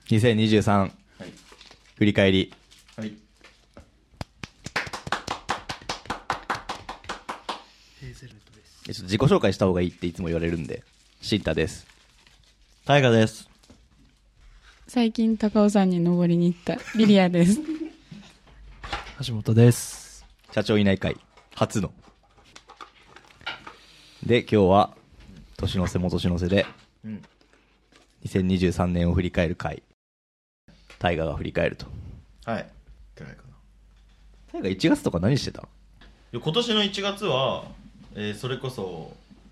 2023、 はい、 振り返り。 はい。 ヘーゼルトです。 ちょっと自己紹介した方がいいっていつも言われるんで、シンタです。 タイガです。 最近高尾山に登りに行ったリリアです。 橋本です。 社長いない会初ので、今日は年の瀬も年の瀬で、2023年を振り返る会、タイガが振り返ると。 はいくらいかな。 タイガ1月とか何してた？ 今年の1月は、それこそ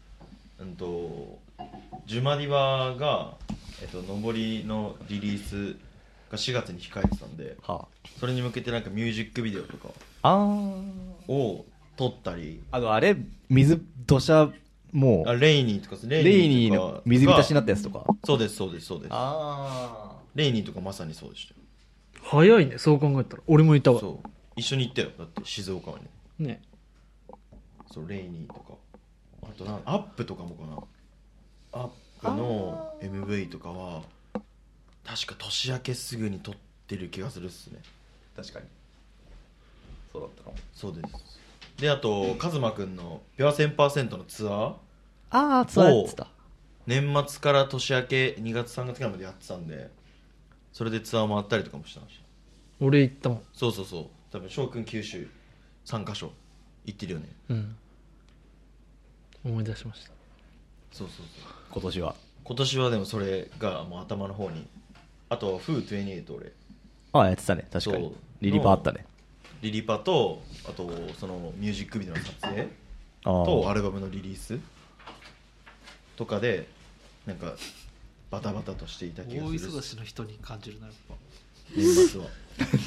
ジュマディバが上りのリリースが4月に控えてたんで、 はそれに向けてなんかミュージックビデオとかあ、 を撮ったり、 あれ土砂もうレイニーとかレイニーの水浸しになったやつとか。 そうですそうです。レイニーとかまさにそうでしたよ。 早いね、そう考えたら。俺もいたわ。 そう一緒に行ったよ。だって静岡はね。 ね。 そうレイニーとか、あとアップとかもかな。アップの MV とかは確か年明けすぐに撮ってる気がするっすね。 確かにそうだったかも。 そうです。で、あとカズマくんのピュア 1000% のツアーツアーやってた。 年末から年明け2月3月ぐらいまでやってたんで、それでツアー回ったりとかもしてました。 俺行ったもん。 そうそうそう。多分翔くん九州3カ所行ってるよね。 うん。思い出しました。 そうそうそう。 今年はでもそれがもう頭の方に。あとフー28俺やってたね。確かにそうリリパあったね。 リリパと、あとそのミュージックビデオの撮影とアルバムのリリースとかでなんかバタバタとしていた気がする。 大忙しの人に感じるな、やっぱ。 年末は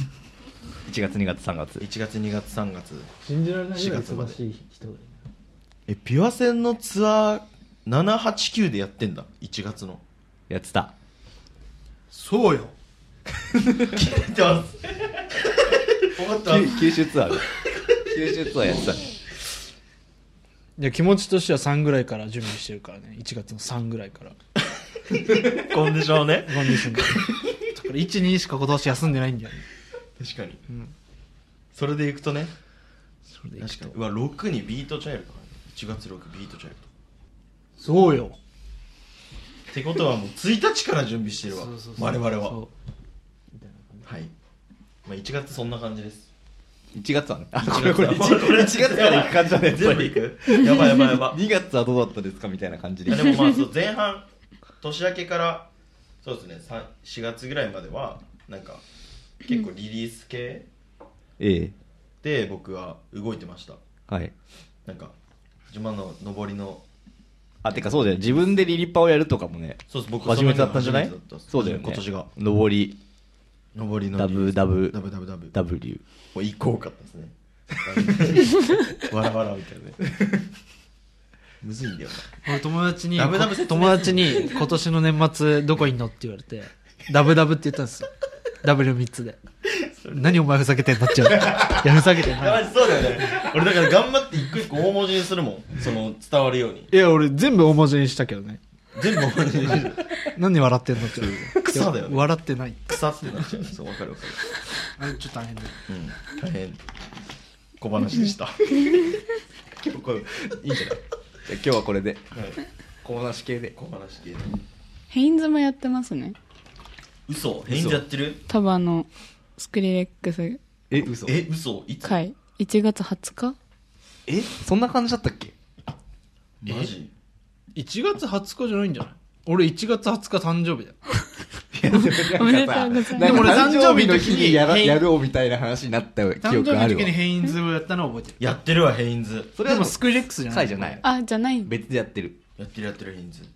1月2月3月 1月2月3月信じられないぐらい 4月まで忙しい人がいる。 ピュア線のツアー789でやってんだ。1月のやってた。 そうよ。 切れてます分かった九州ツアーやってたね。 いや、気持ちとしては3ぐらいから準備してるからね。1月の3ぐらいから。 コンディションね。 コンディションで。だから1、2しか今年休んでないんだよね。 確かに、 うん。 それでいくとね。 それでいくと確かに。うわ、6にビートチャイルドか、1月6ビートチャイルそうよ。 ドってことはもう1日から準備してるわ。 そう我々は。 そうはい。まあ1月そんな感じです。 1月はね。 これ 1月から行く感じだね。 全部いくやばいやばいやばい。 2月はどうだったですかみたいな感じで。 でもまあそう前半年明けからそうですね4月ぐらいまではなんか結構リリース系で僕は動いてました。 はい。 なんか自慢の上りのてかそうだよ。自分でリリパをやるとかもね。 そうです。僕初めてだったんじゃない？ 初めてだったそうだよね。 今年が上りのリリース W もう行こうかったですね。わらわらみたいなね。むずいんだよな。 俺友達にダブ説明友達に今年の年末どこいんのって言われてダブって言ったんですよ。W3 つで。何お前ふざけてんのって言われて。いやふざけてない。 マジそうだよね。俺だから頑張って一個一個大文字にするもん。その伝わるように。 いや俺全部大文字にしたけどね。 全部大文字にする。 何笑ってんのって言われて。 草だよね。 笑ってない。 草ってなっちゃう。そう、わかるわかる。 あれちょっと大変だよ。 うん、大変。小話でした。 今日これいいんじゃない？じゃあ今日はこれで小話系で。 小話系で。 ヘインズもやってますね。 嘘？ヘインズやってる？ 多分スクリレックス嘘いつ？ 会1月20日。 そんな感じだったっけ？ マジ 1月20日じゃないんじゃない？俺1月20日誕生日だよ。 おめでとうございます。 でも俺誕生日の日にや誕ろうみたいな話になった記生日憶あるわ。 の時にヘインズをやったのを覚えてる。 やってるわ、ヘインズ。 それはでもスクリレックスじゃない。 じゃない。 あ、じゃない。 別でやってる。 やってるヘインズ。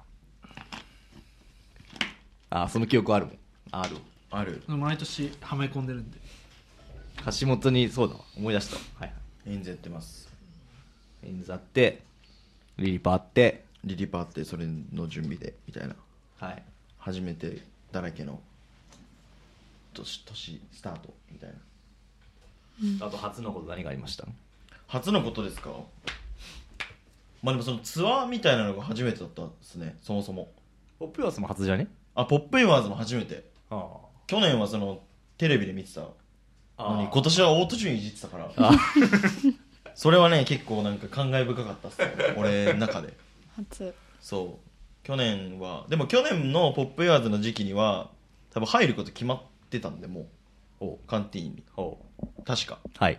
その記憶あるもん。 ある。 毎年はめ込んでるんで。 橋本にそうだわ。思い出したわ。はいはい。 ヘインズやってます。 ヘインズあってリリパあってリリパってそれの準備でみたいな。 はい。 初めてだらけの年スタートみたいな。 あと初のこと何がありました？ 初のことですか？まあでもそのツアーみたいなのが初めてだったんですね。そもそもポップユアースも初じゃね？ ポップイワーズも初めて。 あ去年はそのテレビで見てたのにあ今年はオートチューンいじってたからあそれはね結構なんか感慨深かったっすね俺の中で。 初。 そう去年はでも去年のポップエアーズの時期には多分入ること決まってたんでもおうカンティーンにお確かはい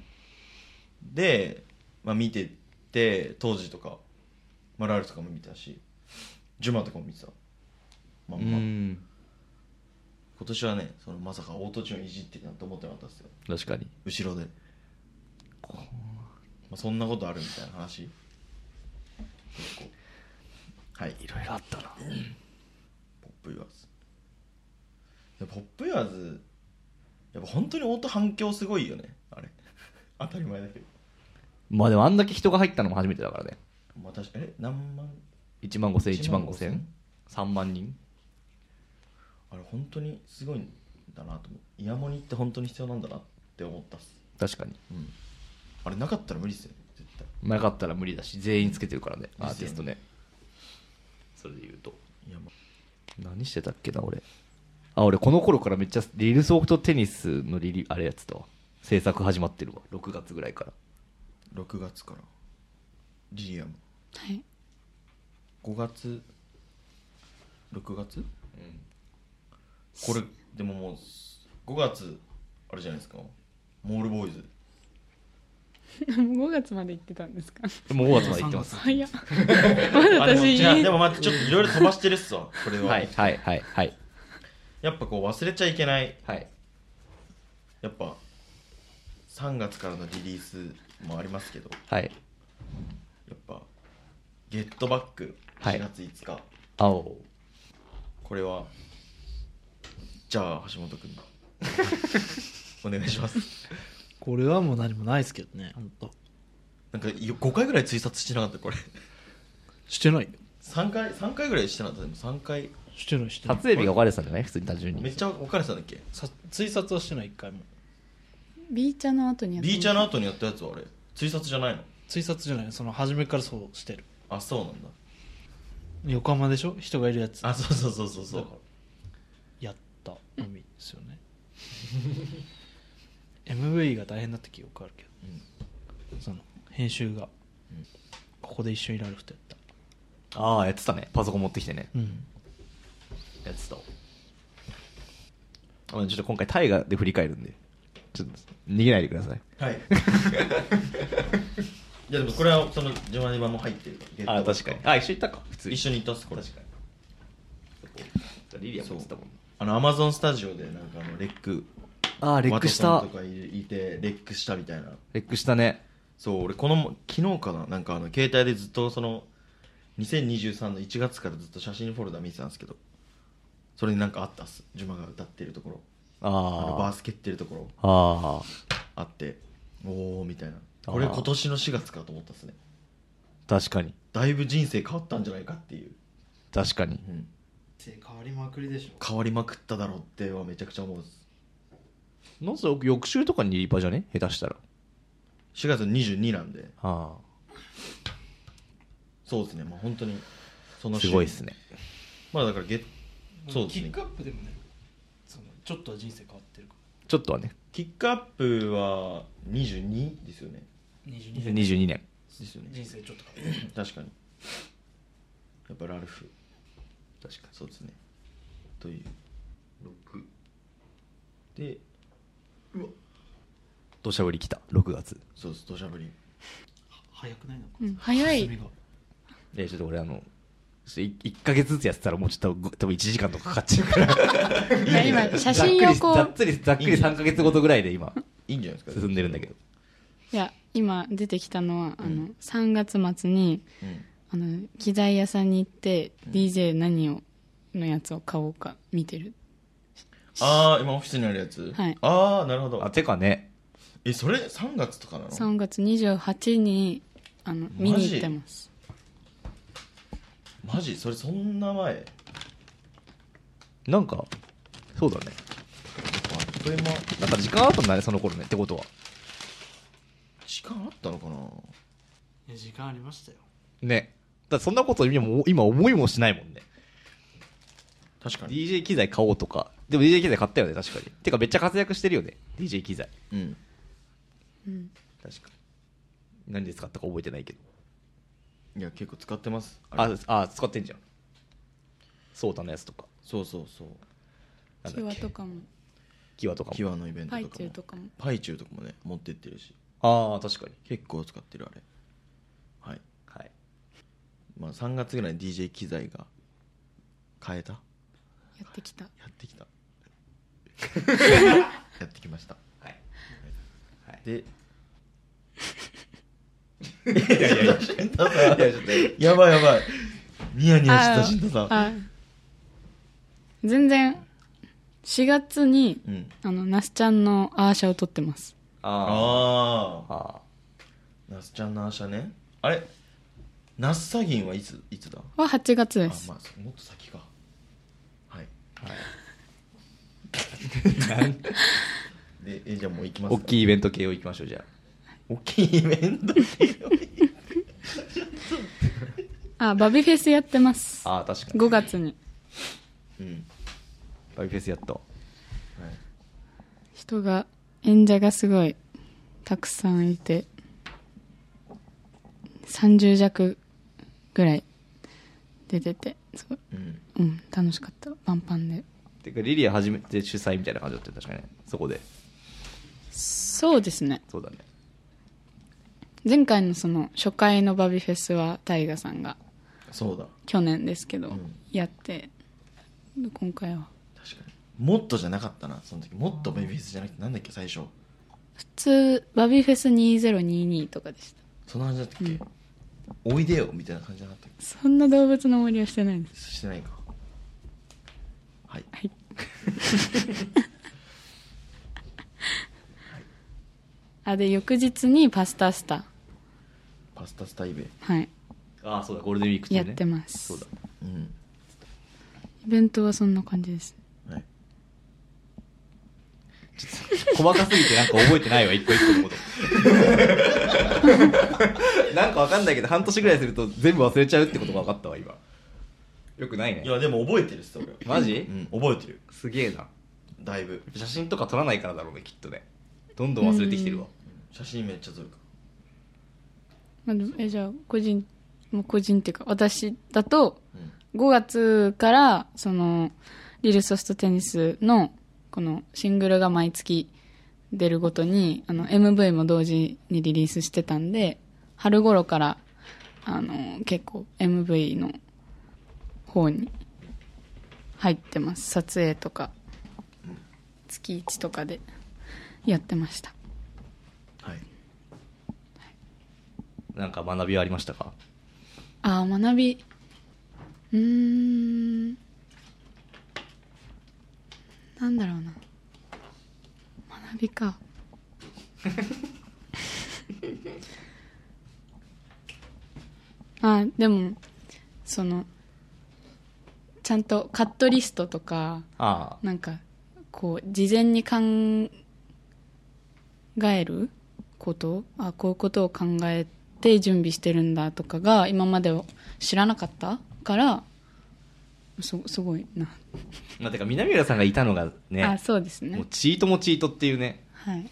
で、まあ、見てて当時とか、まあ、ラルとかも見てたしジュマとかも見てたまうんまん今年はねそのまさかオートチューンいじってるなんて思ってなかったですよ確かに後ろで、まあ、そんなことあるみたいな話結構はいいろいろあったなポップユアーズいやポップユアーズやっぱ本当に音反響すごいよねあれ当たり前だけどまあでもあんだけ人が入ったのも初めてだからねまあ確かに何万 1万5000 1万 1 5000 3万人あれ本当にすごいんだなと思うイヤモニって本当に必要なんだなって思ったっす確かにあれなかったら無理っすよね絶対なかったら無理だし全員つけてるからねうんアーティストねそれで言うといや、ま何してたっけな俺俺この頃からめっちゃリルソフトテニスのあれやつと制作始まってるわ6月ぐらいから 6月からリリアムはい。 5月6月これでももう5月あれじゃないですかモールボーイズ 5月まで行ってたんですか？ もう5月まで行ってます早っ。まだあでも私、 違うでも待ってちょっといろいろ飛ばしてるっすわこれは、 はいはいはいはいやっぱこう忘れちゃいけないはいやっぱ3月からのリリースもありますけどはいやっぱゲットバックはい 4月5日、 青これはじゃあ橋本君お願いしますこれはもう何もないですけどね、本当。 なんか5回ぐらい追撮してなかったこれしてないよ。 3回ぐらいしてなかったでも3回してない、してない。 撮影日が分かれてたんじゃない普通に単純にめっちゃ別れてたんだっけ追撮はしてない、一回も。 ビーチャーの後にやった。 ビーチャーの後にやったやつはあれ追撮じゃないの追撮じゃない、その初めからそうしてる。 あそうなんだ横浜でしょ、人がいるやつ。 あそうそうそうそうそうだからやったのみですよね。MV が大変だった記憶あるけど、その編集が、ここで一緒にラルフとやった。 やってたねパソコン持ってきてねやってたちょっと今回大河で振り返るんでちょっと逃げないでくださいはいいやでもこれはそのジョマネバも入ってるからゲットバック確かに一緒に行ったか普通に一緒に行ったっすこれ確かにリリアも言ってたもんアマゾンスタジオでなんかレックレックしたワトソンとかいてレックしたみたいなレックしたねそう俺昨日かななんか携帯でずっとその2023の1月からずっと写真フォルダ見てたんですけどそれになんかあったっすジュマが歌ってるところバース蹴ってるところあっておおみたいなこれ今年の4月かと思ったっすね確かにだいぶ人生変わったんじゃないかっていう、 確かに変わりまくりでしょ。 変わりまくっただろうってはめちゃくちゃ思うっすなんせ翌週とかにリパじゃね下手したら 4月22なんであそうですねまあ本当にそのすごいっすねまあだからそうですねキックアップでもね、そのちょっとは人生変わってるかちょっとはねキックアップは22ですよねら。22年 22年ですよね人生ちょっと変わってる。 確かにやっぱラルフ確かそうですねというで土砂降り来た6月そうです土砂降り早くないのか。 うん、早い。 進みがちょっと俺1ヶ月ずつやってたらもうちょっと多分1時間とかかかっちゃうからいや今写真をこうざっくり3ヶ月ごとぐらいで今いいんじゃないですか進んでるんだけどいや今出てきたのは、3月末に機材屋さんに行って、DJ 何をのやつを買おうか見てる。 ああ今オフィスにあるやつはいああなるほどてかねそれ3月とかなの 3月28に見に行ってます。 マジそれそんな前なんかそうだねあっという間なんか時間あったんだねその頃ねってことは時間あったのかないや時間ありましたよ。 ねだってそんなこと今思いもしないもんね確かに DJ 機材買おうとかでも DJ 機材買ったよね、確かに。てかめっちゃ活躍してるよね、DJ 機材。 うんうん確か何で使ったか覚えてないけど。 に。いや結構使ってます。 使ってんじゃん。ソータのやつとか。 そうそうそう。 キワとかもキワとかも。 キワのイベントパイとかもチューとかもパイチューとかもね持ってってるし、 ああ、確かに。 結構使ってるあれ。はい。 はい。 まあ3月ぐらいに DJ 機材が変えたやってきた。 やってきたやってきました。 はい。はい。 でいやいやいや、 慎太さんやばいやばい、ニヤニヤした慎太さん。 あ全然4月にうん。 那須ちゃんのアーシャを撮ってます。 あああ。あ那須ちゃんのアーシャね。あれ那須サギンはいつだ。 は8月あです。 まあもっと先か。はいあ。はい。 でじゃあもう行きますか。 大きいイベント系を行きましょう、じゃあ。 大きいイベントバビフェスやってます。 ああ、確かに。 5月に。 うんバイフェスやったわ。 人が、演者がすごいたくさんいて、30弱ぐらい出てて、すごい、楽しかった。パンパンで。 てかリリア初めて主催みたいな感じだったよ、確かね。そこで。 そうですね。 そうだね。 前回のその初回のバビフェスはタイガさんがそうだ去年ですけど、 んやって今回は確かに。もっとじゃなかったなその時。もっとベビーフェスじゃなくてなんだっけ最初。 普通バビフェス2022とかでした。 その話だったっけ、おいでよみたいな感じじゃなかったっそんな動物の森はしてないです。 け。してないか。はいはいで翌日にパスタスタ、 パスタスタイベ。 はい、 ああ、そうだ、ゴールデンウィーク中ね。 やってます。 そうだ。 うんイベントはそんな感じです。 はい細かすぎてなんか覚えてないわ、一個一個のこと。なんかわかんないけど、半年ぐらいすると全部忘れちゃうってことが分かったわ、今。よくないね。 いやでも覚えてるっす俺は。 マジうん覚えてる。 すげえな。 だいぶ写真とか撮らないからだろうね、きっとね。どんどん忘れてきてるわ。 写真めっちゃ撮るかでもじゃあ個人っていうか私だとら。うん 5月からそのリルソフトテニスのこのシングルが毎月出るごとにMV も同時にリリースしてたんで、春頃から結構 MV の方に入ってます。撮影とか月1とかでやってました。 はい。 なんか学びはありましたか？ 学びなんだろうな、学びかでもそのちゃんとカットリストとかあなんかこう事前に考えることこういうことを考えて準備してるんだとかが今まで知らなかったからすごいな。 あ。てか、南浦さんがいたのがね、 そうですね。 もうチートもチートっていうね、 はい。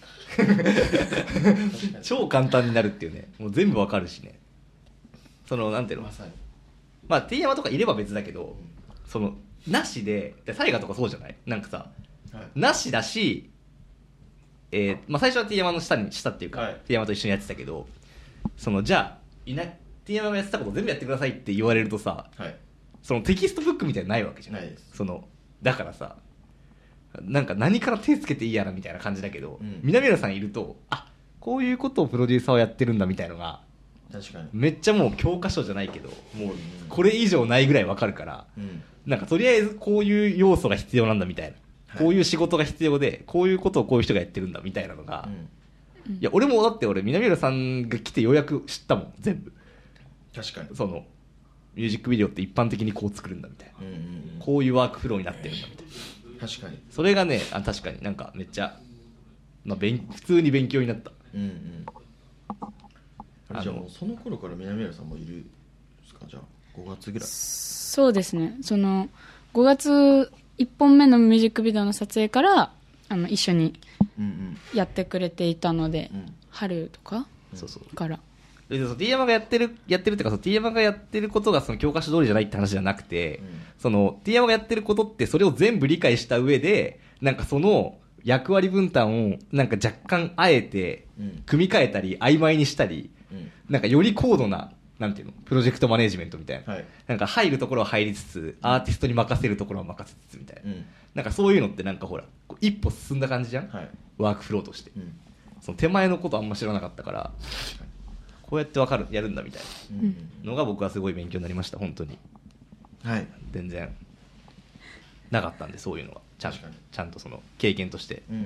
超簡単になるっていうね、もう全部わかるしね。その、なんていうのまさに。 まあ、T 山とかいれば別だけど、その、なしで、サイガとかそうじゃないなんかさ、 はいなしだし、まあ、最初は T 山の下っていうか、 はい T 山と一緒にやってたけど、そのじゃあT 山がやってたこと全部やってくださいって言われるとさ、 はいそのテキストブックみたいなのないわけじゃん。 ないですそのだからさ、なんか何から手つけていいやなみたいな感じだけど、 うん南浦さんいると、こういうことをプロデューサーはやってるんだみたいのが確かに。 めっちゃもう教科書じゃないけど、もうこれ以上ないぐらいわかるから、 うんなんかとりあえずこういう要素が必要なんだみたいな、 はいこういう仕事が必要でこういうことをこういう人がやってるんだみたいなのが、 うんいや俺もだって南浦さんが来てようやく知ったもん全部。 確かに。 そのミュージックビデオって一般的にこう作るんだみたいな、 うんうんうんこういうワークフローになってるんだみたいな、 確かに。 それがね確かになんかめっちゃ、まあ、普通に勉強になった。 うんうん。あれじゃあもうその頃から南浦さんもいるんですか？じゃあ5月ぐらい。 そうですね。その5月 1本目のミュージックビデオの撮影から一緒にうんやってくれていたので、 うん春とかそうそうからでその T 山がやってるっていうか、その T 山がやってることがその教科書通りじゃないって話じゃなくて、 うんその T 山がやってることってそれを全部理解した上で、なんかその役割分担をなんか若干あえてうん組み替えたり曖昧にしたり、 うんなんかより高度な、なんていうの、プロジェクトマネジメントみたいな。 はいなんか入るところは入りつつ、アーティストに任せるところは任せつつみたいな。 うんなんかそういうのってなんかほら、こう一歩進んだ感じじゃん、 はいワークフローとして。 うんその手前のことあんま知らなかったから、 確かこうやってわかる、やるんだみたいにうんなのが僕はすごい勉強になりました、本当に。 はい全然。なかったんで、そういうのは。 確かにちゃんとその経験として。 うんうん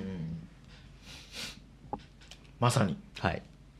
まさにはい。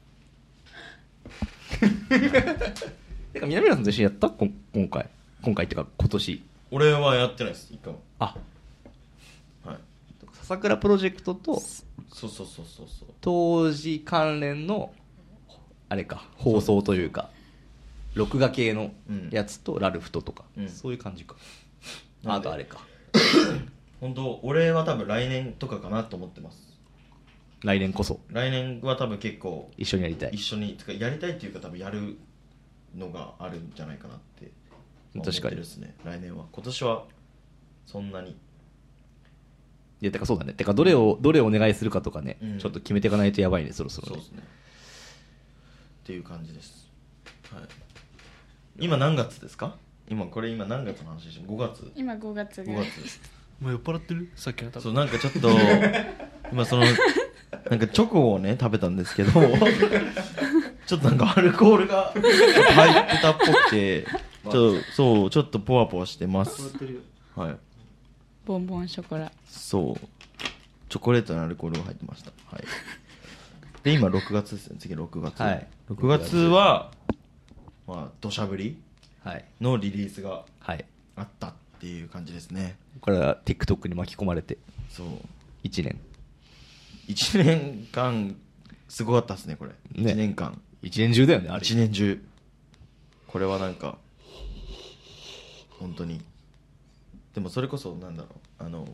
てか、南野さんと一緒にやった今回。今回っていうか、今年。 俺はやってないです一回もあ、 はい笹倉プロジェクトと、 そうそうそうそうそう当時関連のあれか放送というか録画系のやつとラルフトとか、 うんそういう感じか。 なんであとあれか本当俺は多分来年とかかなと思ってます。 来年こそ来年は多分結構一緒にやりたい。 一緒につかやりたいっていうか多分やるのがあるんじゃないかなって思って確かにるですね。来年は今年はそんなにいやてかそうだね、てかどれをお願いするかとかね、 うんちょっと決めていかないとやばいね、そろそろね。 そうですねっていう感じです、はい、今何月ですか？今何月の話して5月今5月ぐ 5 らい月もう酔っ払ってるさっきの多分そうなんかちょっと今そのなんかチョコをね食べたんですけどちょっとなんかアルコールが入ってたっぽくてちょっとポワポワしてますはいボンボンショコラそうチョコレートのアルコールが入ってましたはいで今6月ですね次6月はい 6月はまあ土砂降りはいのリリースがはい。 あったっていう感じですねこれは TikTok に巻き込まれてそう 1年 1年間すごかったですねこれね 1年間 1年中だよね、あれ。 1年中これはなんか本当にでもそれこそなんだろう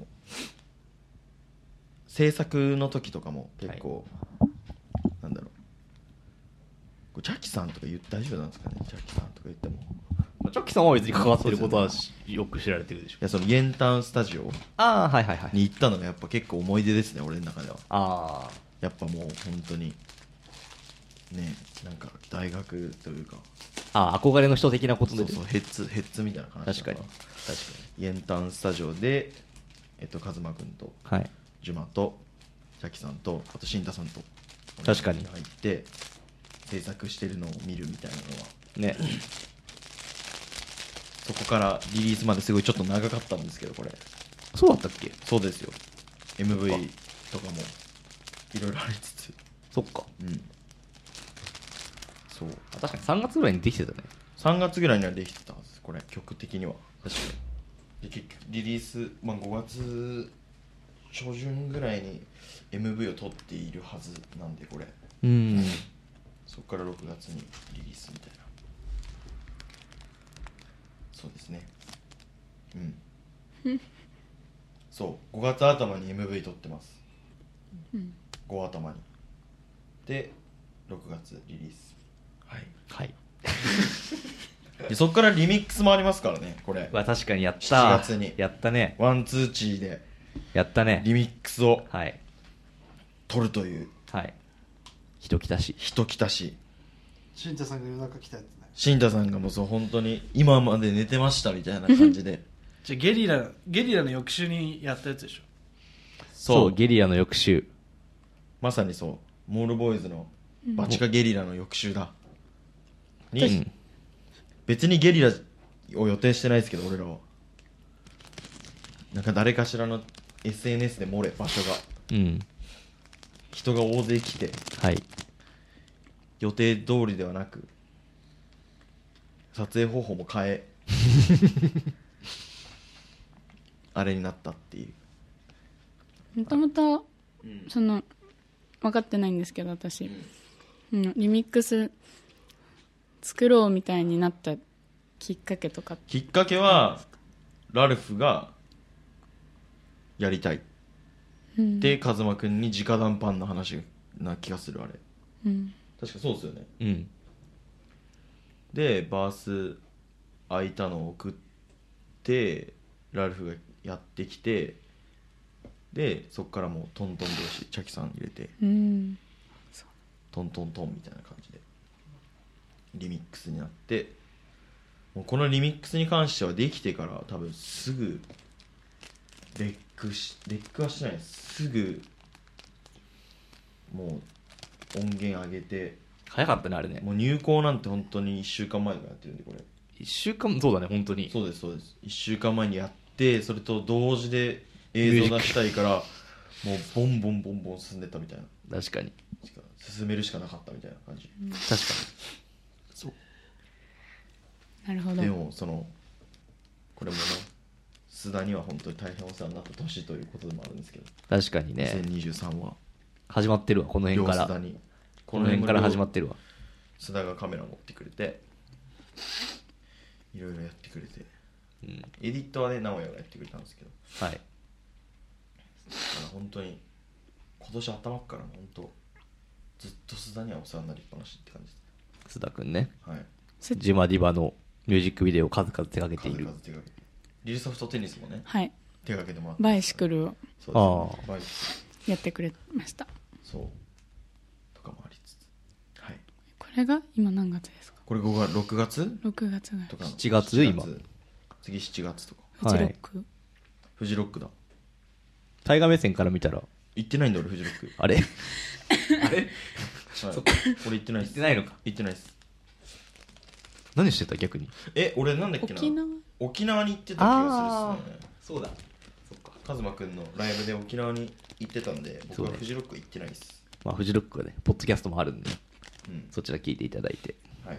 制作の時とかも結構、なんだろうこれジャッキさんとか大丈夫なんですかねジャッキさんとか言ってもチョッキさんは別に関わってることはそうよく知られてるでしょ。 いやそのゲンタンスタジオああ、はいはいはい。 に行ったのがやっぱ結構思い出ですね俺の中ではああ、 やっぱもう本当にねなんか大学というかああ、憧れの人的なことで。 そうそうヘッズみたいな感じ確かに。確ゲンタンスタジオでカズマ君とかに。はい。 ジュマとジャキさんとあとシンタさんと確かに入って制作してるのを見るみたいなのはね。 そこからリリースまですごいちょっと長かったんですけどこれそうだったっけ？ そうですよ MV とかもいろいろありつつそっか。 うんそうあ確かに3月ぐらいにできてたね。 3月ぐらいにはできてたはずこれ曲的には確かにで結局リリース、まあ、5月初旬ぐらいに MV を撮っているはずなんでこれうん。 そこから6月にリリースみたいなそうですねうんそう5月頭に MV 撮ってます、5頭にで6月リリースはいはい。 でそこからリミックスもありますからねこれ確かにやった。 7月にやったね。 ワンツーチーでやったね。 リミックスをはい。 撮るというはい。人来たし。 人来たし新太さんが夜中来たやつね。 新太さんがもうそう本当に今まで寝てましたみたいな感じでじゃあゲリラの翌週にやったやつでしょ。 そう、ゲリラの翌週。 まさにそうモールボーイズのバチカゲリラの翌週だ、に、 うん別にゲリラを予定してないですけど俺らはなんか誰かしらの SNS で漏れ場所がうん。 人が大勢来てはい。 予定通りではなく撮影方法も変えあれになったっていうもともとその分かってないんですけど私、リミックス作ろうみたいになったきっかけとかきっかけはラルフがやりたい、 うんでカズマくんに直談判の話な気がするあれうん確かそうですよね。 うんでバース空いたのを送ってラルフがやってきてでそっからもうトントン拍子チャキさん入れてうんトントントンみたいな感じでリミックスになって、もうこのリミックスに関してはできてから多分すぐレックはしてないです。すぐもう音源上げて、 早かったねあれね。 もう入稿なんて本当に1週間前からやってるんで、これ 1週間、そうだね本当に。 そうですそうです、1週間前にやって、それと同時で映像出したいからもうボンボンボンボン進んでったみたいな、 確かに進めるしかなかったみたいな感じ。 確かなるほどでもこれもね須田には本当に大変お世話になった年ということでもあるんですけど、 に確かにね。 2023は始まってるわこの辺から。 両須田にこの辺から始まってるわ。 須田がカメラ持ってくれていろいろやってくれて、 うんエディットはね直哉がやってくれたんですけど、 はい。 だから本当に今年頭から本当ずっと須田にはお世話になりっぱなしって感じです。 須田くんね。 はいジマディバのミュージックビデオを数々手掛けている数々。手掛けて、リルソフトテニスもねはい手掛けてもらってバイシクルをそうですねバイシクやってくれました。 そうとかもありつつ、はい、 これが今何月ですか？ これ6月 6月ぐらいとか 7月今次7月とかフジロック、 フジロックだ。 タイガー目線から見たら、 行ってないんだ俺フジロックあれあれはい、俺行ってないっす。 行ってないのか。 行ってないっす。 何してた逆に。 俺なんだっけな、 沖縄に行ってた気がするっすね。 そうだ。そっか。 カズマくんのライブで沖縄に行ってたんで、僕そうねはフジロック行ってないっす。 まあフジロックはね、ポッドキャストもあるんで、 うん、 そちら聞いていただいて。 はい。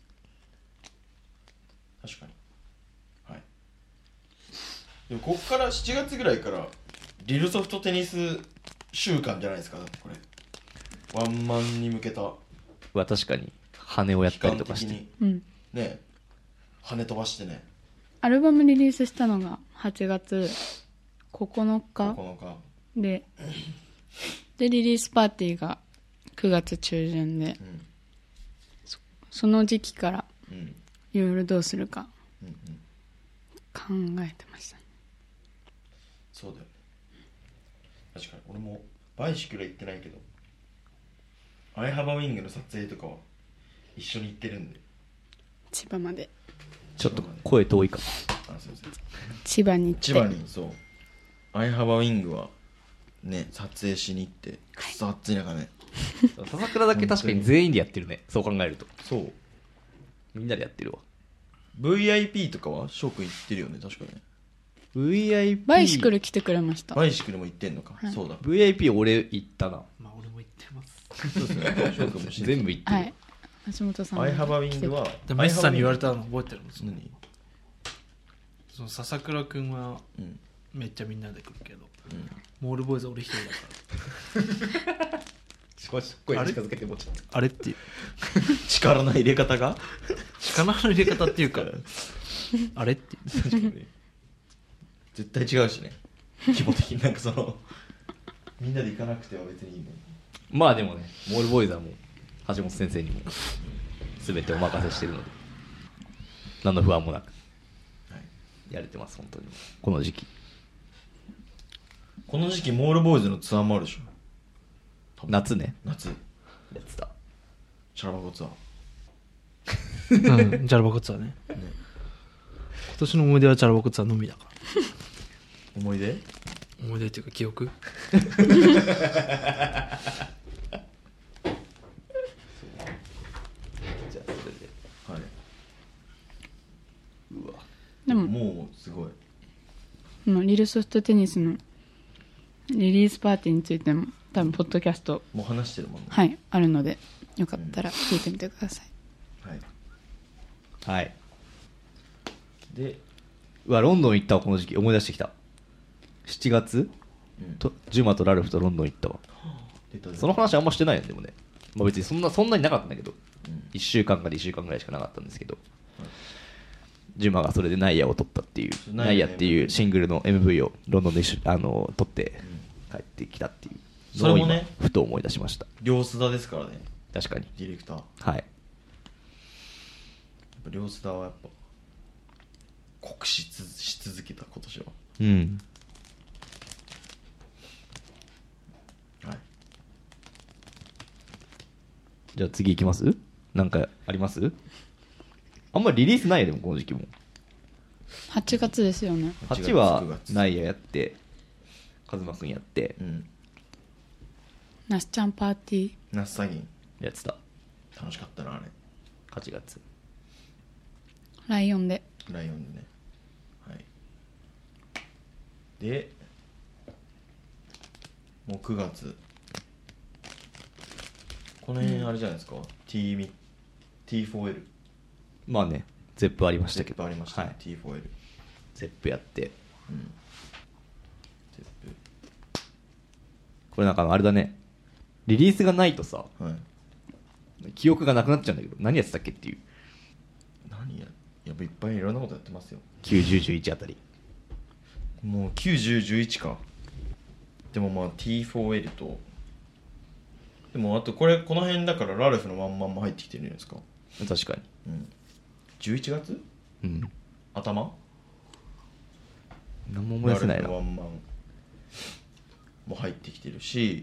確かに。はい。でもこっから7月ぐらいからリルソフトテニス週間じゃないですか、これ。ワンマンに向けたは確かに羽をやっ期たり間的とかして。 うん、 にね、羽飛ばしてね、 アルバムリリースしたのが8月9日 9日。 でリリースパーティーが9月中旬で、 うんその時期からうんいろいろどうするかうんうん。 考えてましたね。 そうだよね。確かに俺もバイシクルは行ってないけど、アイハバウィングの撮影とかは一緒に行ってるんで。 千葉までちょっと声遠いか。 あ、すいません。 千葉に行って千葉にそうアイハバウィングはね撮影しに行ってくっそ暑い中ね。 笹倉だけ確かに全員でやってるね。そう考えると。 そうみんなでやってるわ。 VIP とかは翔くん行ってるよね確かね。 VIP。 バイシクル来てくれました。 バイシクルも行ってんのか、 はいそうだ VIP 俺行ったな。 まあ俺も言ってます。 そうですね翔くんも知ってる全部行ってる。 はい、橋本さんもアイハバウィングはでメスさんに言われたたの覚えてるんですよ。 何その笹倉くんはうんめっちゃみんなで来るけど、 うんモールボーイズ俺一人だから少し声近づけてもちょっと。 あれっていう力の入れ方が力の入れ方っていうかあれっていう確かに絶対違うしね規模的になんかみんなで行かなくては別にいいのに。 まあでもね、モールボーイズはもう橋本先生にも全てお任せしてるので、何の不安もなくはいやれてます本当に。この時期。 この時期モールボーイズのツアーもあるでしょ。 夏ね。 夏やってた。 チャラバコツアーうんジャラバコツアーね。今年の思い出はジャラバコツアーのみだから。 思い出思い出っていうか記憶。 じゃあそれで。 はい。 うわ。 でももうすごい。 リルソフトテニスのリリースパーティーについても多分ポッドキャストもう話してるもんね。 はいあるのでよかったら聞いてみてください。 はい。 はい。 で、 うわ、ロンドン行ったわ、この時期。思い出してきた。7月うんと、ジュマとラルフとロンドン行ったわ。 出たその話あんましてないよね、でもね。まあ別にそんなになかったんだけど、 うん 1週間か2週間ぐらいしかなかったんですけど。 ジュマがそれでナイヤを取ったっていう、 ナイヤナイヤっていうシングルの MV をロンドンで取って帰ってきたっていうのを今それもねふと思い出しました。 両須田ですからね、 確かに。 ディレクター。やっはい。 ぱ両須田はやっぱ酷使し続けた今年は。 うん。 はい。 じゃあ次行きます？なんかあります？あんまりリリースないよ、でもこの時期も。 8月ですよね。 8は 9月ナイヤやってカズマくんやってうん。 ナスちゃんパーティー。 ナスサギンやってた。 楽しかったなあれ。 8月ライオンで。 ライオンでね。はいでもう9月この辺あれじゃないですか、T4L まあね、ゼップありましたけど。 ゼップありましたね、 はい、 T4L ゼップやってうんゼこれなんかあれだね、リリースがないとさップはい記憶がなくなっちゃうんだけど、何やってたっけっていう。 何やっぱいっぱいいろんなことやってますよ。 9、10、11あたり。 もう9、10、11か。でもまあ T4L とでもあとこの辺だからラルフのワンマンも入ってきてるじゃないですか。 確かうん11月に。うん。 頭何も思い出せないなラルフの。ワンマンも入ってきてるし、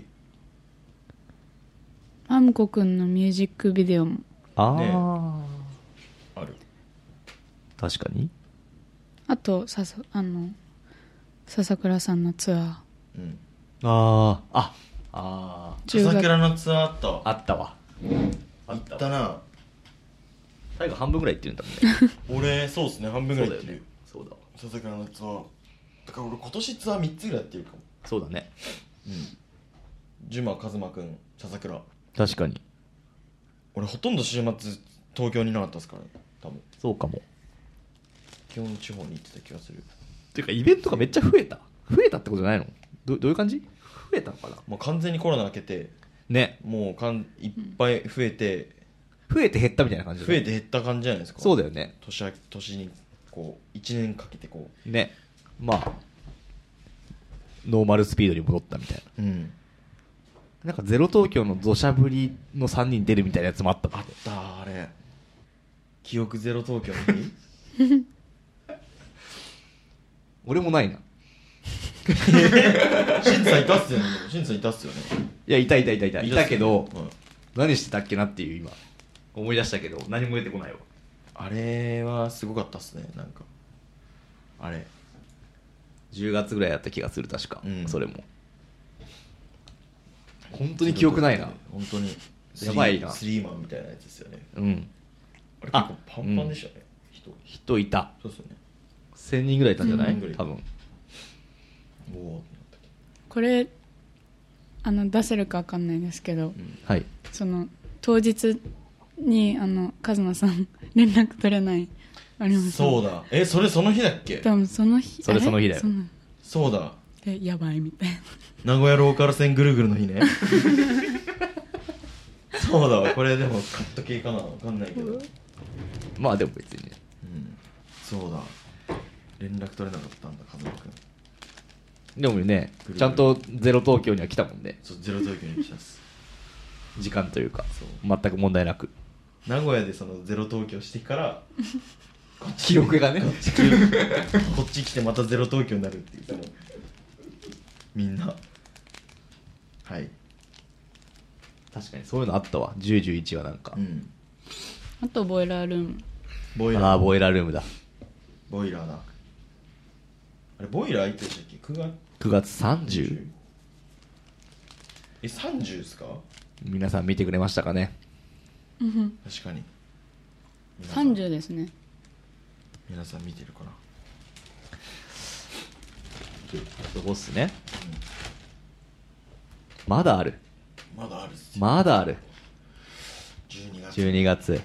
アムコくんのミュージックビデオも。 あねあ、 ある。 確かに。 あと笹倉さんのツアー。 うん。 ああ、あ 10月桜のツアーあったわ。 あったわ。あ行っわ。 ったたな。 最後半分ぐらい行ってるんだもんね。 俺そうっすね、半分ぐらい行ってる。 そうだわ。 桜のツアーだから俺今年ツアー3つぐらいやってるかも。 そうだね。 うんジュマ、カズマくん、笹倉。 確かに。 俺ほとんど週末東京にいなかったっすからね、多分。 そうかも。 基本地方に行ってた気がする。 ていうかイベントがめっちゃ増えたってことじゃないの？どういう感じ？増えたのかな？ もう完全にコロナ明けてね。 もういっぱい増えて増えて減ったみたいな感じだね。 増えて減った感じじゃないですか。 そうだよね。 年にこう1年かけてこね。まあノーマルスピードに戻ったみたいな。 うなんかゼロ東京の土砂降りの3人出るみたいなやつもあったもんね。 あったあれ記憶ゼロ東京の日俺もないな。 シンツさんいたっすよね。シンツさんいたっすよね。 いや、いたけど、 はい何してたっけなっていう今思い出したけど何も出てこないわ。 あれはすごかったっすね。なんかあれ 10月ぐらいやった気がする、確か、 うんそれも本当に記憶ないな。 本当にやばいなスリーマンみたいなやつですよね。 うんあれ結構パンパンでしたね、 人いた。 そうっすよね。 1000人ぐらいいたんじゃない？ 1000人ぐらい多分。 おおこれ出せるか分かんないですけど、 はい。 その当日にカズマさん連絡取れないあります。 そうだ。その日だっけ？ 多分その日。 それその日だよそうだ。 でやばいみたいな。 名古屋ローカル線ぐるぐるの日ね。そうだわ。これでもカット系かな、わかんないけど。 まあでも別にね。 そうだ。連絡取れなかったんだ、カズマくん。 でもねぐるぐるちゃんとゼロ東京には来たもんね。 そう、ゼロ東京に来たっす。 時間というかそう全く問題なく。 名古屋でそのゼロ東京してから記憶がね。 こっち来てまたゼロ東京になるっていう、そのみんな。はい。 確かにそういうのあったわ。10、11はなんか。 あとボイラールーム。 ボイラー。 ああ、ボイラールームだ。 ボイラーだ。あれ、ボイラーいつでしたっけ？ 9 月 9月 30？ 30ですか？ 皆さん見てくれましたかね？ 確かに。皆さん 30ですね。 皆さん見てるかな。 そこっすね。まだある。 まだあるっすよ。 まだある。 12月。 12月。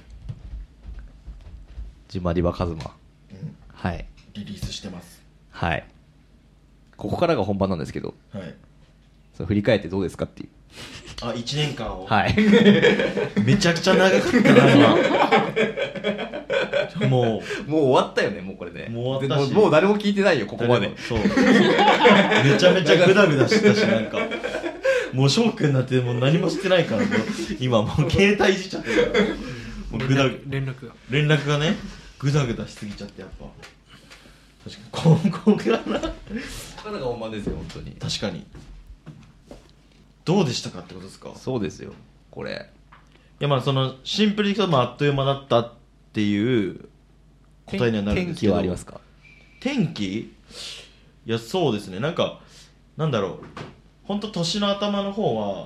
ジュマリバカズマ。 うんはい。 リリースしてます。 はい。ここからが本番なんですけど、 はい。 その振り返ってどうですかっていう。 あ、1年間を。 はい。 めちゃくちゃ長かったな、今。 ももう終わったよね、もうこれね。 もう終わったしでもう誰も聞いてないよ、こうこまで。 そうめちゃめちゃグダグダしたし、なんかもう翔くんなんてもう何もしてないからもう今もう携帯いじっちゃってるからもうグダ連絡がねグダグダしすぎちゃってやっぱ確かに今後かなこれが本番ですよ、本当に。 確かにどうでしたかってことですか。いそうですよ、これ。 やまあそのシンプルに言うとまああっという間だったっていう答えにはなるんですけど、 天気はありますか？ 天気いやそうですね、なんかなんだろう、本当年の頭の方は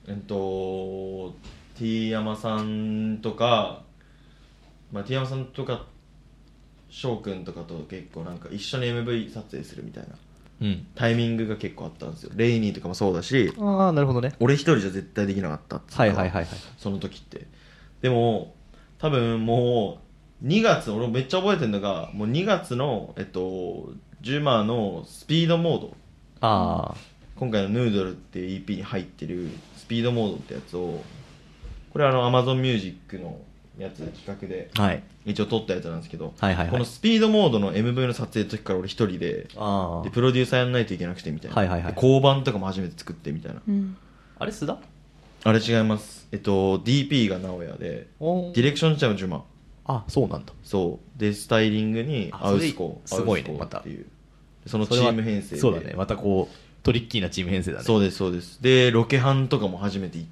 T 山さんとか、まあ、T 山さんとか翔くんとかと結構なんか一緒に MV 撮影するみたいなうん。 タイミングが結構あったんですよ。レイニーとかもそうだし、 ああ、なるほどね。 俺一人じゃ絶対できなかったっつうかはいはいはいはい。 その時って。でも多分もう2月、俺めっちゃ覚えてるのがもう2月のジュマーのスピードモード、 あ今回のヌードルっていう EP に入ってるスピードモードってやつを、これAmazon Music のやつ企画であ。はい。 一応撮ったやつなんですけど、 はいはいはいこのスピードモードの MV の撮影の時から俺一人であプロデューサーやんないといけなくてみたいな、 はいはいはいで交番とかも初めて作ってみたいな、 うん。 あれ、須田あれ違います。DP が直哉でディレクション自体はジュマ、 あ、そうなんだ。 そうでスタイリングにアウスコあそれすごいねアウスコまたっていうそのチーム編成でそうだね。またこう、トリッキーなチーム編成だね。 そうですそうです。でロケハンとかも初めて行って、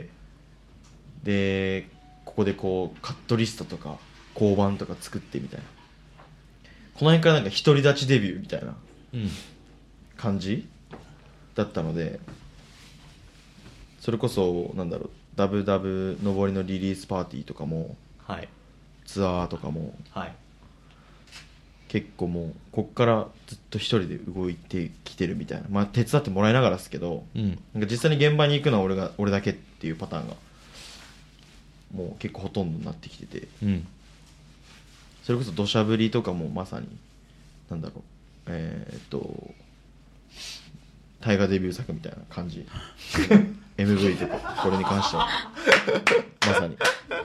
でここでこうカットリストとか交番とか作ってみたいな、この辺からなんか独り立ちデビューみたいなうん。 感じだったので、それこそなんだろう、ダブダブ上りのリリースパーティーとかもはい。 ツアーとかもはい。 結構もうこっからずっと一人で動いてきてるみたいな、まあ手伝ってもらいながらですけど、 うん。 なんか実際に現場に行くのは俺だけっていうパターンがもう結構ほとんどになってきてて、 うん。 それこそ土砂降りとかもまさになんだろう大河デビュー作みたいな感じMV とかこれに関してはまさに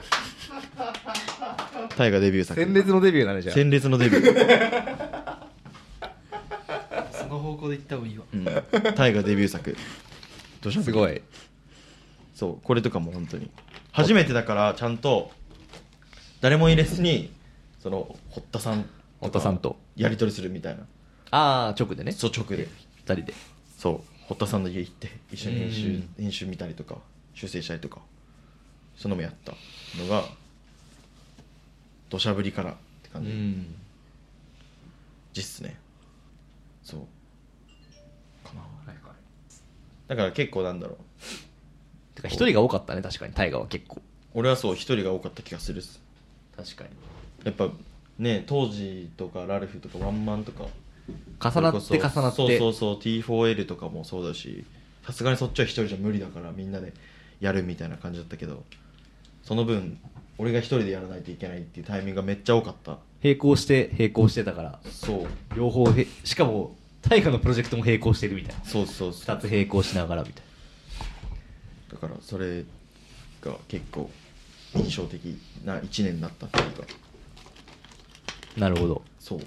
大河デビュー作、 鮮烈のデビューなのじゃん。 鮮烈のデビュー、 その方向で行った方がいいわ。 大河デビュー作土砂降りすごい。 そうこれとかも本当に初めてだからちゃんと誰も入れずにその堀田さん堀田さんとやり取りするみたいな、 ああ、直でね。 そう直で二人で。 そう堀田さんの家行って一緒に編集見たりとか修正したりとかそのもやったのが土砂降りからってう感じ、 ん。 実っすね。そうかな、だから結構なんだろう、 てか一人が多かったね、確かに。大河は結構。 俺はそう一人が多かった気がするっす。 確かに。 やっぱね当時とかラルフとかワンマンとか重なってそれこそ重なって。 そうそうそう T4L とかもそうだし、さすがにそっちは一人じゃ無理だからみんなでやるみたいな感じだったけど、その分俺が一人でやらないといけないっていうタイミングがめっちゃ多かった。 並行してたから。 そう両方しかも、大河のプロジェクトも並行してるみたいな。 そうそうそう、 二つ並行しながらみたいだからそれが結構印象的な1年になったっていうか、 な。なるほど。 そう、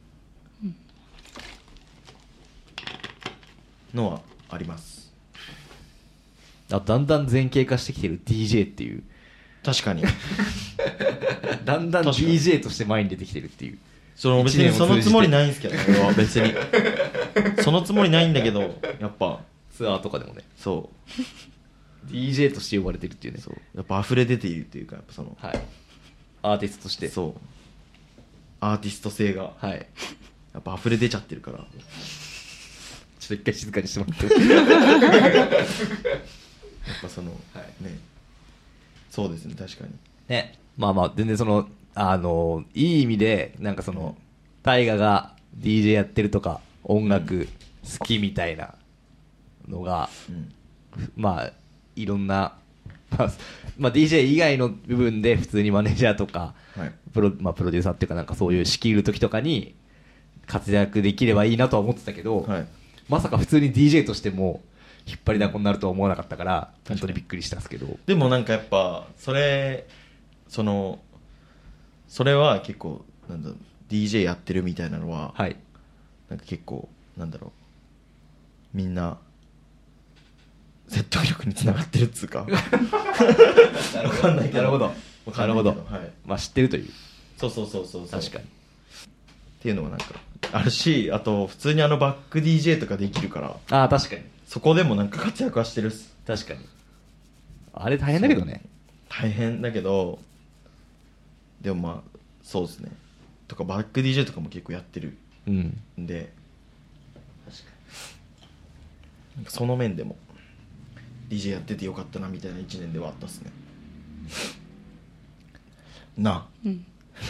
のはあります。 あ、だんだん前傾化してきてる DJ っていう。 確かにだんだん確かに DJ として前に出てきてるっていう。 その別にそのつもりないんですけど俺は別にそのつもりないんだけど、やっぱツアーとかでもね。 そ DJ として呼ばれてるっていうね。 うやっぱ溢れ出ているっていうか、やっぱそのはい。アーティストとして。 そうアーティスト性がはい。 やっぱ溢れ出ちゃってるから、 ちょっと一回静かにしてもらって。 やっぱその、 はいね、そうですね、確かに。 ね。まあまあ、全然その、いい意味で、なんかその、大河が DJ やってるとか、音楽好きみたいなのが、 うんまあ、いろんな、まあ、DJ 以外の部分で普通にマネージャーとか、 はいプロデューサーっていうかなんかそういう仕切る時とかに活躍できればいいなとは思ってたけど、 はいまさか普通に DJ としても引っ張りだこになるとは思わなかったから本当にびっくりしたんですけど。 でもなんかやっぱそれそのそれは結構なんだろう DJ やってるみたいなのは、 はい。 なんか結構なんだろうみんな説得力につながってるっつうかわかんないけどなるほど。 わかんないけどなるほはい、 まあ知ってるという。 そうそうそうそうそう確かに。 っていうのがなんかあるし、あと普通にバック DJ とかできるからああ、確かに。 そこでもなんか活躍はしてるっす。 確かに。あれ大変だけどね。 大変だけどでもまあそうですねとかバック DJ とかも結構やってるうん。 んでなんかその面でも DJ やっててよかったなみたいな1年ではあったっすねなあうん。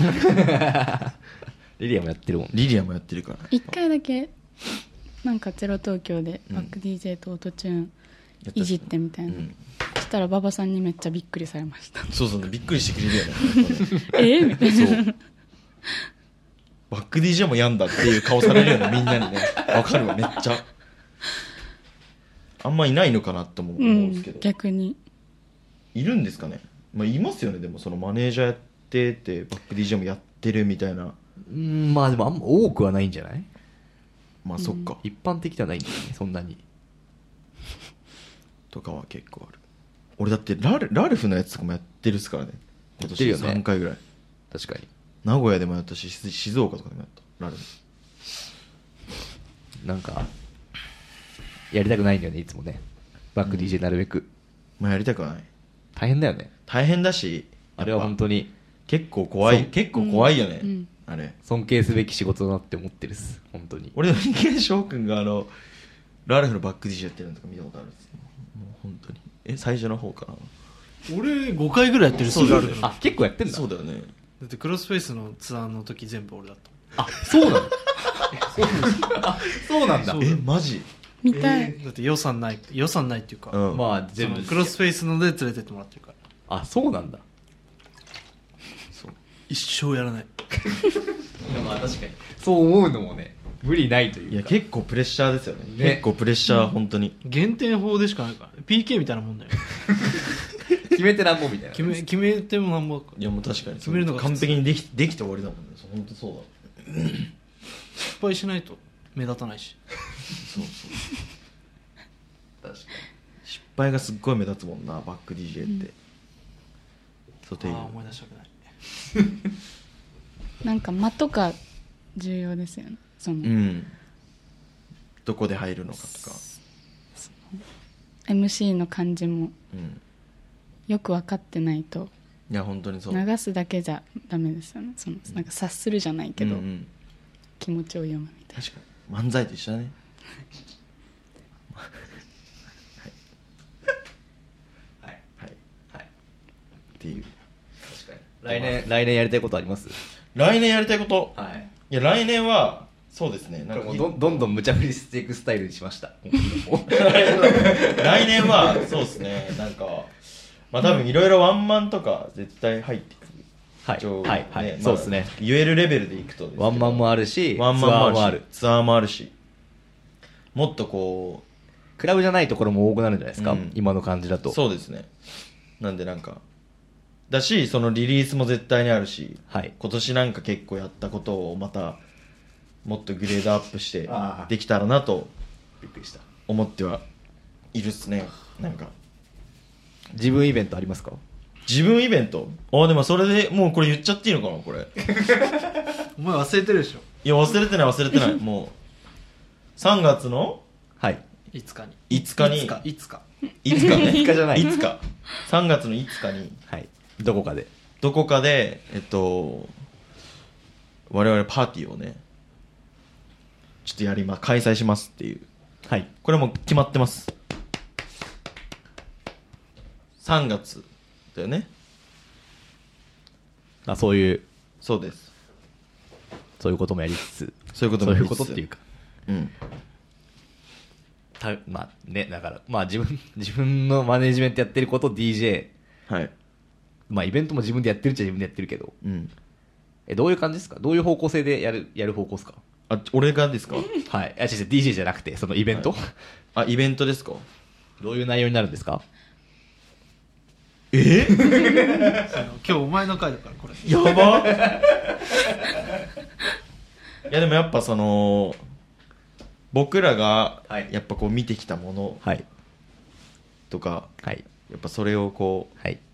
リリアもやってるもん。 リリアもやってるから一回だけなんかゼロ東京でバック DJ とオートチューンいじってみたいな、 うんそしたら馬場さんにめっちゃびっくりされましたそうそうびっくりしてくれるよねみたいなそうバック DJ もやんだっていう顔されるよねみんなにねわかるわめっちゃあんまいないのかなって思うんですけど、 逆にいるんですかね、まあ、いますよねでもそのマネージャーやっててバック DJ もやってるみたいなまあでもあんま多くはないんじゃない？ まあそっか、 一般的ではないんだよね、そんなに。 とかは結構ある俺だってラルフのやつとかもやってるっすからね今年やってるよね 3回ぐらい確かに。 名古屋でもやったし静岡とかでもやったラルフなんか、やりたくないんだよね、いつもね。バック DJ なるべく。 まあやりたくはない大変だよね。 大変だしあれは本当に結構怖い結構怖いよね、 うんあれ尊敬すべき仕事だなって思ってるっす、本当に。 俺の人間翔くんがラルフのバック DJ やってるのとか見たことあるんですよもう本当に最初の方かな俺5回ぐらいやってるそうだよねああ、結構やってんだ。 そうだよねだってクロスフェイスのツアーの時全部俺だったあ、そうなのあ、そうなんだ。 そうマジ見たい、 だって予算ないっていうか、 うんまあ、 そ全部。 のクロスフェイスので連れてってもらってるからあ、そうなんだ。 一生やらないまあ確かに。そう思うのもね、無理ないというか。 いや結構プレッシャーですよねね結構プレッシャー本当に減点法でしかないから PK みたいなもんだよ決めてなんぼみたいな。 決めてもなんぼいやもう確かに決めるのが完璧にできて終わりだもんね本当そうだ失敗しないと目立たないし確か失敗がすっごい目立つもんなバック DJ って、そうていうああ思い出したくないなんか間とか重要ですよねその、 うんどこで入るのかとか MC の感じもうんよく分かってないといや本当にそう流すだけじゃダメですよねそのなんか察するじゃないけど、 うんうん気持ちを読むみたい確かに漫才と一緒だねはい。 はいはい。 っていう確かに。来年やりたいことあります？ 来年やりたいことはい。 いや来年はそうですねなんかもうどんどん無茶振りしていくスタイルにしました。 来年はそうですねなんかまあ多分いろいろワンマンとか絶対入ってくるはい。 一応はい。はい。 ねそうですね。 まあ言えるレベルでいくとですけどワンマンもあるし、 ワンマンもあるしツツアーもあるしもっとこクラブじゃないところも多くなるんじゃないですか、 うん今の感じだうと。 そうですねなんでなんかだしそのリリースも絶対にあるしはい。 今年なんか結構やったことをまたもっとグレードアップしてあーできたらなとびっくりした。 思ってはいるっすねなんか自分イベントありますか？ 自分イベントでもそれでもうこれ言っちゃっていいのかなこれお前忘れてるでしょいや忘れてないもう3月のはい。 いつかに 5日にいつかいつかね 5日じゃないいつか3月の5日にはい。どこかで。 どこかで我々パーティーをねちょっと開催しますっていうはい。 これもう決まってます3月だよねあ、そういうこともやりつつ、 そういうことそういうもやりつつことっていうか。 うんまあね、だから、まあ自分のマネジメントやってること、DJ、 はいまあイベントも自分でやってるっちゃ自分でやってるけど、 うんどういう感じですか？どういう方向性でやる方向ですか？ 俺がですかはい。違う、DJ じゃなくて、そのイベント、 イベントですかどういう内容になるんですか？ 今日お前の回だからこれ。 やばいやでもやっぱその僕らがはいやっぱこう見てきたものはい。 とか、 はい。 やっぱそれをこうはい。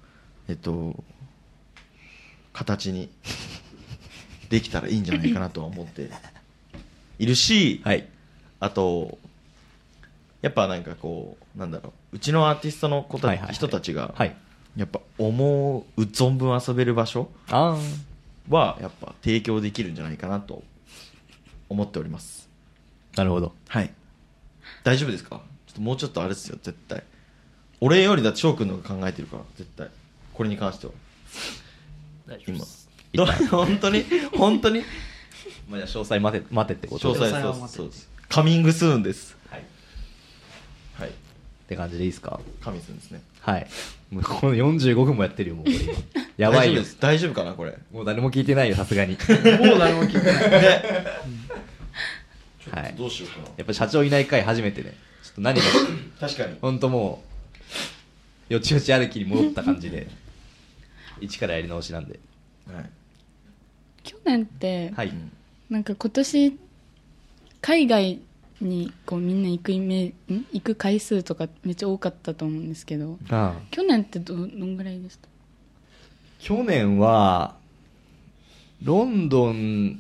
形にできたらいいんじゃないかなとは思っているし、 はい。 あとやっぱなんかこうなんだろう、うちのアーティストのはいはいはい人たちがはい。 やっぱ思う存分遊べる場所あはやっぱ提供できるんじゃないかなと思っております。 あ。なるほど。 はい。大丈夫ですか？ちょっともうちょっとあれですよ、絶対。俺よりだって翔くんの方が考えてるから絶対これに関しては今大丈夫です。 本当に本当にまあ、じゃあ詳細待てってこと詳細詳細は待ってそうですカミングスーンです。 はい。 はい。 って感じでいいですか？ カミングスーンですね。 はい。もうこの45分もやってるよ、もうこれ今。やばいよ。 大丈夫かなこれ。 もう誰も聞いてないよ、さすがに。 もう誰も聞いてない。 ね。 はい。 どうしようかやっぱ社長いない回初めてね。ちょっと何が、 な。確かに。 ほんともう、よちよち歩きに戻った感じで、一からやり直しなんで。 はい。 去年って、 はい。 なんか今年海外にこうみんな行く回数とかめっちゃ多かったと思うんですけど、 ああ。 去年ってどんぐらいでした？ 去年は、ロンドン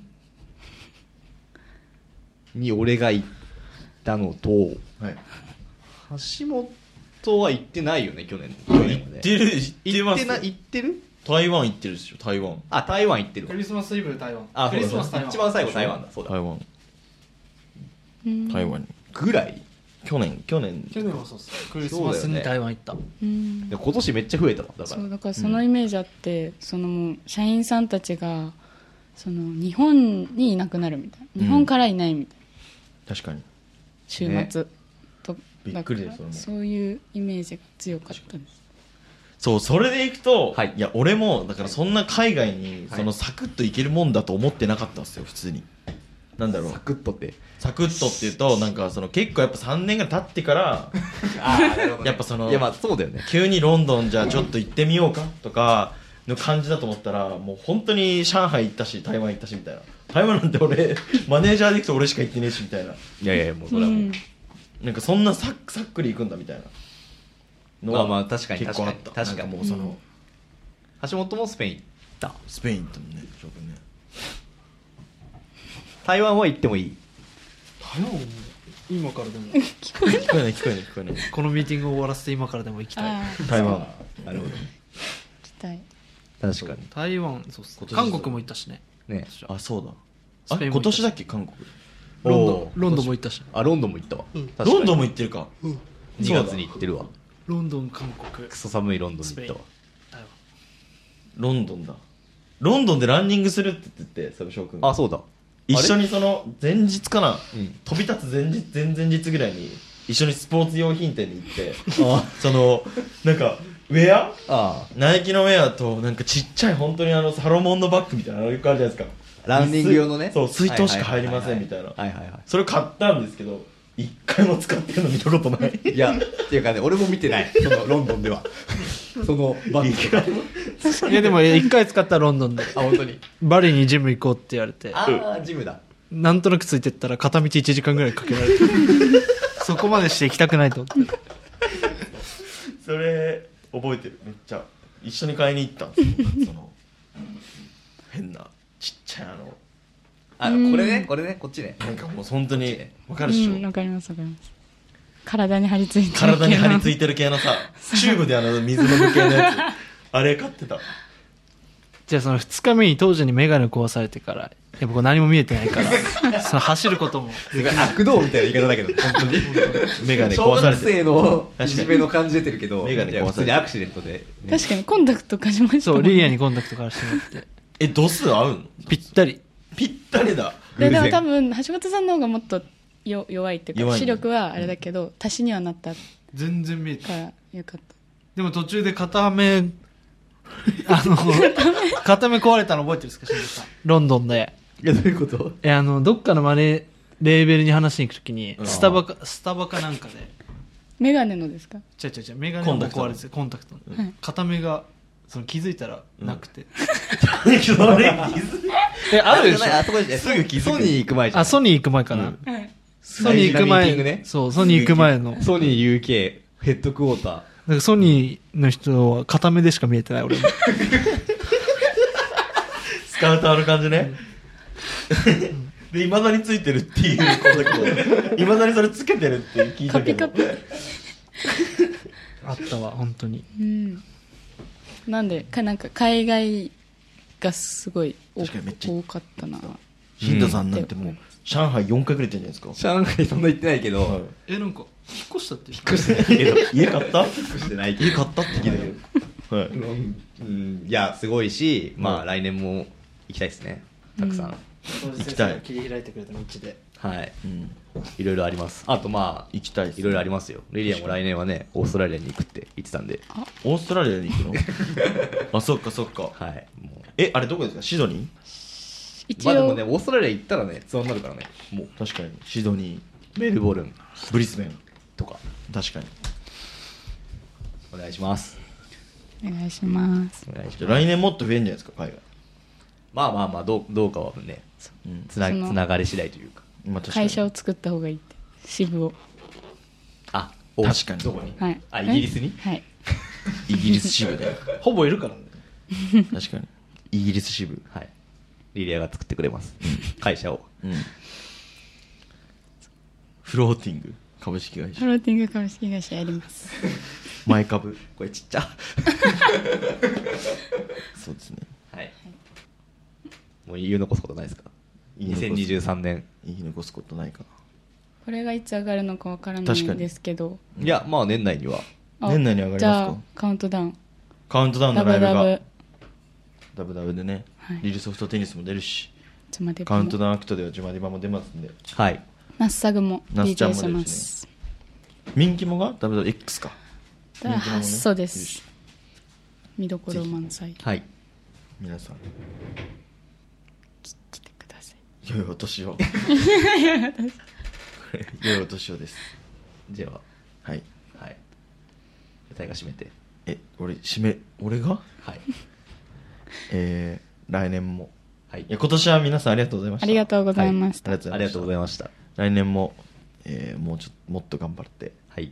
に俺が行ったのと、 はい。 橋本は行ってないよね、去年。去年はね行ってる、行ってます。 行ってる台湾行ってるでしょ、台湾。 あ、台湾行ってるわクリスマスイブ台湾。 あ、 クリスマス台湾。 一番最後台湾だ。そうだ。 台湾。 うん台湾に。 ぐらい去年。 去年はそうっす。クリスマスに台湾行った。 うんで今年めっちゃ増えたわ。だから。 そうだからそのイメージあって、そのもう社員さんたちがその日本にいなくなるみたいな、日本からいないみたいな、 確かに。 週末と、 びっくりですだからそれもそういうイメージが強かったです。 そう、それでいくと、 はいや、俺も、だからそんな海外に、 はいそのサクッといけるもんだと思ってなかったんですよ、普通に。なんだろうサ。クッとって。 サクッとっていうと、なんかその結構やっぱ3年ぐらい経ってから、 ああ、なるほどねやっぱそのいや、まあそうだよね。 急にロンドンじゃあちょっと行ってみようかとかの感じだと思ったら、もう本当に上海行ったし、台湾行ったしみたいな。台湾なんて俺、マネージャーで行くと俺しか行ってねえしみたいな。 いやいや、もうそれはもう。 なんかそんなさっくり行くんだみたいなのは。 まあまあ確かに結構あった。 確かになんかもうその、 橋本もスペイン行った。 スペインともね、翔くんね。 台湾は行ってもいい。 台湾も今からでも聞こえない聞こえない聞こえない。 このミーティングを終わらせて今からでも行きたい。 ああ、 台湾。 なるほど。 行きたい。 確かに。 台湾、そうっす今。年韓国も行ったしね。 ね。 あ、そうだ。あ、 スペインも行ったし今年だっけ、韓国。 おーロンドンも行ったし。 あ、ロンドンも行ったわ。 ロンドンもも行ってるか。 2月に行ってるわ。 ロンドン、韓国、 クソ寒いロンドンに行ったわ。 台湾。 ロンドンだ。ロンドンでランニングするって言って、それ翔くん。 あ、そうだ。 一緒にその、前日かな、 うん飛び立つ前々日ぐらいに、一緒にスポーツ用品店に行って、 あその、なんか、ウェアあ。 ナイキのウェアと、なんかちっちゃい本当にサロモンのバッグみたいなのよくあるじゃないですか。 ランニング用のね。 そう、水筒しか入りませんみたいな。 はいはいはそれ買ったんですけど、一回も使ってるの見たことない。 い。いや、っていうかね、俺も見てない。そのロンドンでは。そのバッグとか。 いやでも1回使ったロンドンで。 あ、本当に。 バリにジム行こうって言われて、 ああ、ジムだ。 なんとなくついてったら片道1時間ぐらいかけられて。そこまでして行きたくないと思って。 それ、覚えてる。めっちゃ。一緒に買いに行ったんですよ。その、変な、ちっちゃいあ、これね、これね、こっちね。 なんかもう本当に、わかるっしょ、 わかりますわかります。体に張り付いてる体に張り付いいてる系のさ、チューブで水飲む系のやつ。あれ買ってた。 じゃあその2日目に当時にメガネ壊されてから、やっぱこう何も見えてないから、その走ることも。 すごい悪道みたいな言い方だけど、本当に。 メガネ小学壊されて生のい確かにじめの感じ出てるけど、 メガネ壊されていや普通にアクシデントでね。 確かにコンタクト貸しましたそう、 もんねリーヤにコンタクトからしてもらって。 え、度数合うのぴったり。 ぴったりだ。 でも偶然多分橋本さんの方がもっと弱いっていう弱いねか視力はあれだけど、足しにはなったか全然見えてない。 らよかった。 でも途中で片目、片目壊れたの覚えてるんですか、新庄さん。ロンドンで。 いや、どういうことどっかのレーベルに話しに行くときに、スタバかなんかで、 メガネのですか？ 違うメガネも壊れててコンタクトの、 はい、 片目がその気づいたらなくて、 それあるでしょ。 あそこですぐ気づく。ソニー行く前じゃん。 あ、ソニー行く前かな、 はい、 ソニー行く前、 ミーティングね。 そうソニー行く前のソニー UK ヘッドクォーター。 だからソニーの人は片目でしか見えてない俺もスカウターの感じね。で、未だについてるっていうことだけど、未だにそれつけてるって聞いたけど。 カピカピあったわ本当に。 うん、なんでなんか海外がすごい確かにめっちゃ多かったな。 新田さんなんてもう上海4回くらい行ってんじゃないですか。 上海そんな行ってないけど、 はい、 なんか引っ越したって引っ越してないけど、 家買った引っ越してないけど、 家買ったって聞いたけど。はい。 うん、いや、すごいし、まあ来年も行きたいですね。たくさん。 行きたい。 切り開いてくれた道で。 はい。 うん。 いろいろあります。あとまあ、 行きたいですねいろいろありますよ。リリアも来年はね、オーストラリアに行くって言ってたんで。 オーストラリアに行くのあ、そっかそっか。 はい。もうあれどこですか？シドニ一応、 まあでもね、オーストラリア行ったらね、ツアーになるからね。もう、 ー？確かに。シドニメルボルンー、ブリスベン。 とか、 確かに。 お願いします。 お願いします。 お願いしじゃます。 あ来年もっと増えるんじゃないですか、海外。 まあまあまあ、どうかはね、 うん。 つなそのがり次第というか。 まあ確かに。 会社を作った方がいいって支部を。 あ、 確かにどこにはい。 あ、イギリスにはい。 イギリス支部で。 ほぼいるからね。 確かに。イギリス支部。 はい。リリアが作ってくれます。会社を。 うん。フローティング株式会社。 フローティング株式会社やります。 前株。 これちっちゃ。 そうですね。 はい。もう言い残すことないですか？ 言い残す 2023年。 言い残すことないかな。 これがいつ上がるのかわからないんですけど。 いや、まあ年内には。 あ年内に上がりますか？ じゃあ、カウントダウン。 カウントダウンのダブライブがダブ。 ダブダブでね、 はいリルソフトテニスも出るし、 つまでカウントダウンアクトではジュマディバも出ますんで、 はい。 ナッサグもナスちゃん DJ しも出るしねます。 ミンキモがダブダブ X か。 だから人気者もねそうでいるしす。見どころ満載。 はい。 皆さん、 来てください。 良いお年を。これ良いお年をです。 じゃあ、 はい。 はい。大が締めて。 俺がはい。 来年も。 はいいや、今年は皆さんありがとうございました。 ありがとうございました。 はいありがとうございました。 来年も、もっと頑張って、 はい。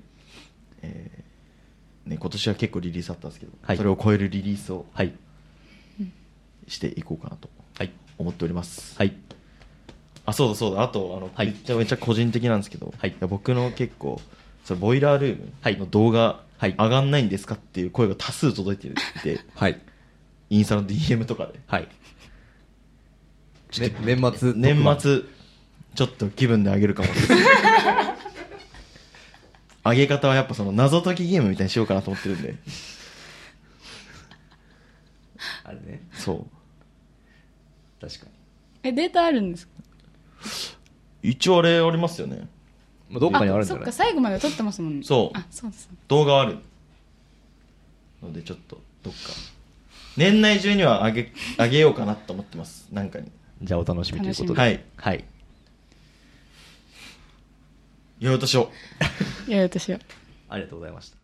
ね、今年は結構リリースあったんですけど、 はいそれを超えるリリースをはい。 していこうかなとはい。 思っております。 はい。 あ、そうだ、あと、 はいめちゃめちゃ個人的なんですけど、 はいいや僕の結構、そのボイラールはいームの動画、 はい上がんないんですかっていう声が多数届いていて、 はい。 インスタの DM とかで。 はい。年末。 年末、ちょっと気分で上げるかもです。上げ方はやっぱその謎解きゲームみたいにしようかなと思ってるんで。 あれね。 そう。 確かに。 データあるんですか？ 一応あれありますよね。 まあ、どっかにあるんじそっか、 ゃない？ 最後まで撮ってますもんね。 そうあ、そうです。 動画あるのでちょっとどっか年内中には上げようかなと思ってます。なんかに。 じゃあお楽しみということで。 はい。 はい。 良いお年を。 いや、私は。 ありがとうございました。